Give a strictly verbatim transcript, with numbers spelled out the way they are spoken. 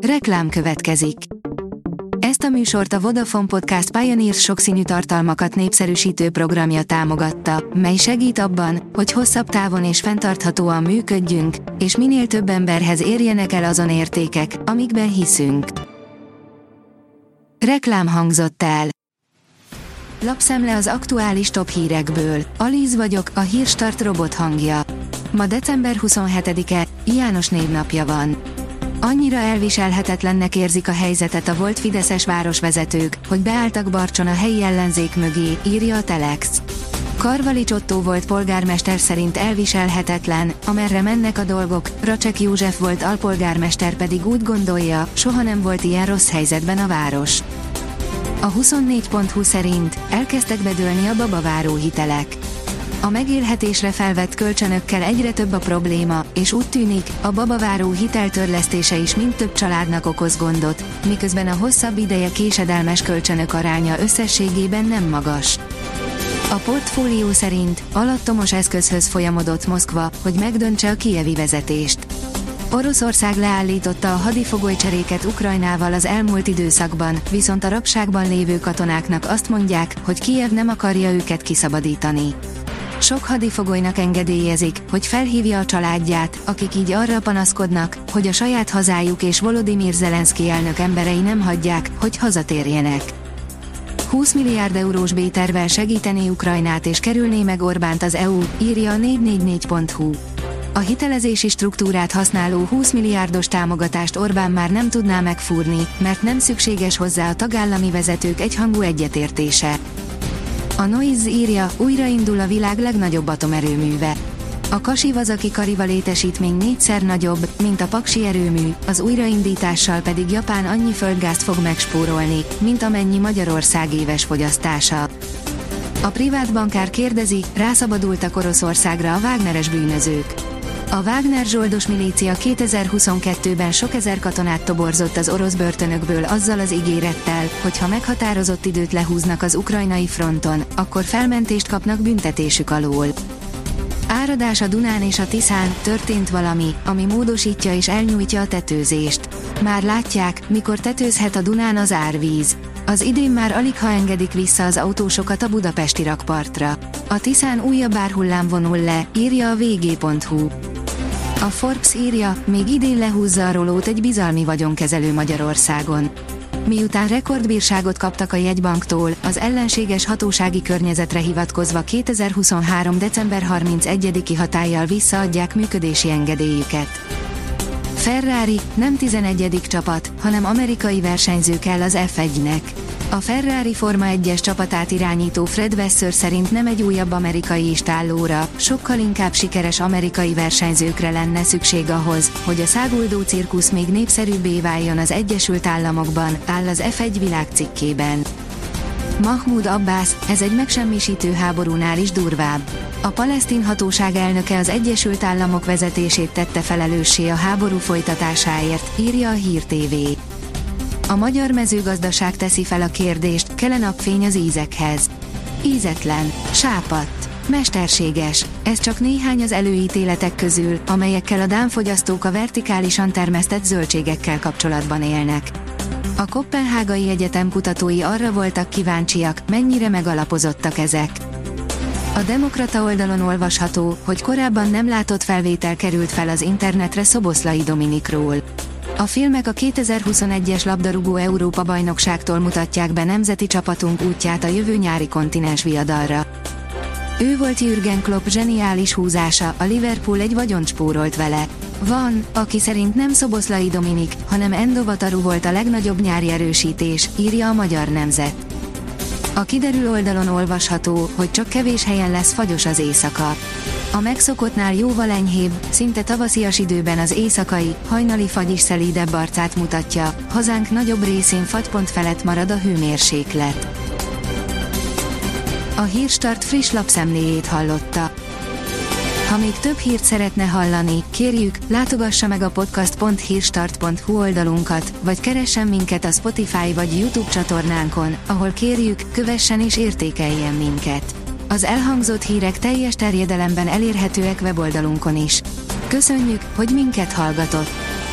Reklám következik. Ezt a műsort a Vodafone Podcast Pioneers sokszínű tartalmakat népszerűsítő programja támogatta, mely segít abban, hogy hosszabb távon és fenntarthatóan működjünk, és minél több emberhez érjenek el azon értékek, amikben hiszünk. Reklám hangzott el. Lapszemle az aktuális top hírekből. Alíz vagyok, a Hírstart robot hangja. Ma december huszonhetedike, János névnapja van. Annyira elviselhetetlennek érzik a helyzetet a volt fideszes városvezetők, hogy beálltak Barcson a helyi ellenzék mögé, írja a Telex. Karvalics Ottó volt polgármester szerint elviselhetetlen, amerre mennek a dolgok, Racsek József volt alpolgármester pedig úgy gondolja, soha nem volt ilyen rossz helyzetben a város. A huszonnégy pont hu szerint elkezdtek bedőlni a babaváró hitelek. A megélhetésre felvett kölcsönökkel egyre több a probléma, és úgy tűnik, a babaváró hiteltörlesztése is mind több családnak okoz gondot, miközben a hosszabb ideje késedelmes kölcsönök aránya összességében nem magas. A portfólió szerint alattomos eszközhöz folyamodott Moszkva, hogy megdöntse a kijevi vezetést. Oroszország leállította a hadifogolycseréket Ukrajnával az elmúlt időszakban, viszont a rabságban lévő katonáknak azt mondják, hogy Kijev nem akarja őket kiszabadítani. Sok hadifogolynak engedélyezik, hogy felhívja a családját, akik így arra panaszkodnak, hogy a saját hazájuk és Volodymyr Zelenszky elnök emberei nem hagyják, hogy hazatérjenek. húsz milliárd eurós B-tervvel segítené Ukrajnát és kerülné meg Orbánt az é u, írja a négy négy négy pont hu. A hitelezési struktúrát használó húsz milliárdos támogatást Orbán már nem tudná megfúrni, mert nem szükséges hozzá a tagállami vezetők egyhangú egyetértése. A Noise írja, újraindul a világ legnagyobb atomerőműve. A Kashiwazaki Kariva létesítmény négyszer nagyobb, mint a Paksi erőmű, az újraindítással pedig Japán annyi földgázt fog megspórolni, mint amennyi Magyarország éves fogyasztása. A privát bankár kérdezi, rászabadultak Oroszországra a Wagneres bűnözők. A Wagner zsoldos milícia kétezer-huszonkettőben sok ezer katonát toborzott az orosz börtönökből azzal az ígérettel, hogy ha meghatározott időt lehúznak az ukrajnai fronton, akkor felmentést kapnak büntetésük alól. Áradás a Dunán és a Tiszán, történt valami, ami módosítja és elnyújtja a tetőzést. Már látják, mikor tetőzhet a Dunán az árvíz. Az idén már aligha engedik vissza az autósokat a budapesti rakpartra. A Tiszán újabb árhullám vonul le, írja a vé gé pont hu. A Forbes írja, még idén lehúzza a rolót egy bizalmi vagyonkezelő Magyarországon. Miután rekordbírságot kaptak a jegybanktól, az ellenséges hatósági környezetre hivatkozva kétezer-huszonhárom december harmincegyediki hatállyal visszaadják működési engedélyüket. Ferrari, nem tizenegyedik csapat, hanem amerikai versenyző kell az ef egynek. A Ferrari Forma egyes csapatát irányító Fred Vasseur szerint nem egy újabb amerikai istállóra, sokkal inkább sikeres amerikai versenyzőkre lenne szükség ahhoz, hogy a száguldó cirkusz még népszerűbbé váljon az Egyesült Államokban, áll az ef egy világcikkében. Mahmoud Abbas, ez egy megsemmisítő háborúnál is durvább. A palesztin hatóság elnöke az Egyesült Államok vezetését tette felelőssé a háború folytatásáért, írja a Hír té vé. A magyar mezőgazdaság teszi fel a kérdést, kell-e napfény az ízekhez? Ízetlen, sápadt, mesterséges, ez csak néhány az előítéletek közül, amelyekkel a dán fogyasztók a vertikálisan termesztett zöldségekkel kapcsolatban élnek. A Koppenhágai Egyetem kutatói arra voltak kíváncsiak, mennyire megalapozottak ezek. A Demokrata oldalon olvasható, hogy korábban nem látott felvétel került fel az internetre Szoboszlai Dominikról. A filmek a kétezer-huszonegyes labdarúgó Európa-bajnokságtól mutatják be nemzeti csapatunk útját a jövő nyári kontinens viadalra. Ő volt Jürgen Klopp zseniális húzása, a Liverpool egy vagyont spórolt vele. Van, aki szerint nem Szoboszlai Dominik, hanem Endo Wataru volt a legnagyobb nyári erősítés, írja a Magyar Nemzet. A Kiderül oldalon olvasható, hogy csak kevés helyen lesz fagyos az éjszaka. A megszokottnál jóval enyhébb, szinte tavaszias időben az éjszakai, hajnali fagy is szelídebb arcát mutatja, hazánk nagyobb részén fagypont felett marad a hőmérséklet. A Hírstart friss lapszemléjét hallotta. Ha még több hírt szeretne hallani, kérjük, látogassa meg a podcast pont hírstart pont hu oldalunkat, vagy keressen minket a Spotify vagy YouTube csatornánkon, ahol kérjük, kövessen és értékeljen minket. Az elhangzott hírek teljes terjedelemben elérhetőek weboldalunkon is. Köszönjük, hogy minket hallgatott!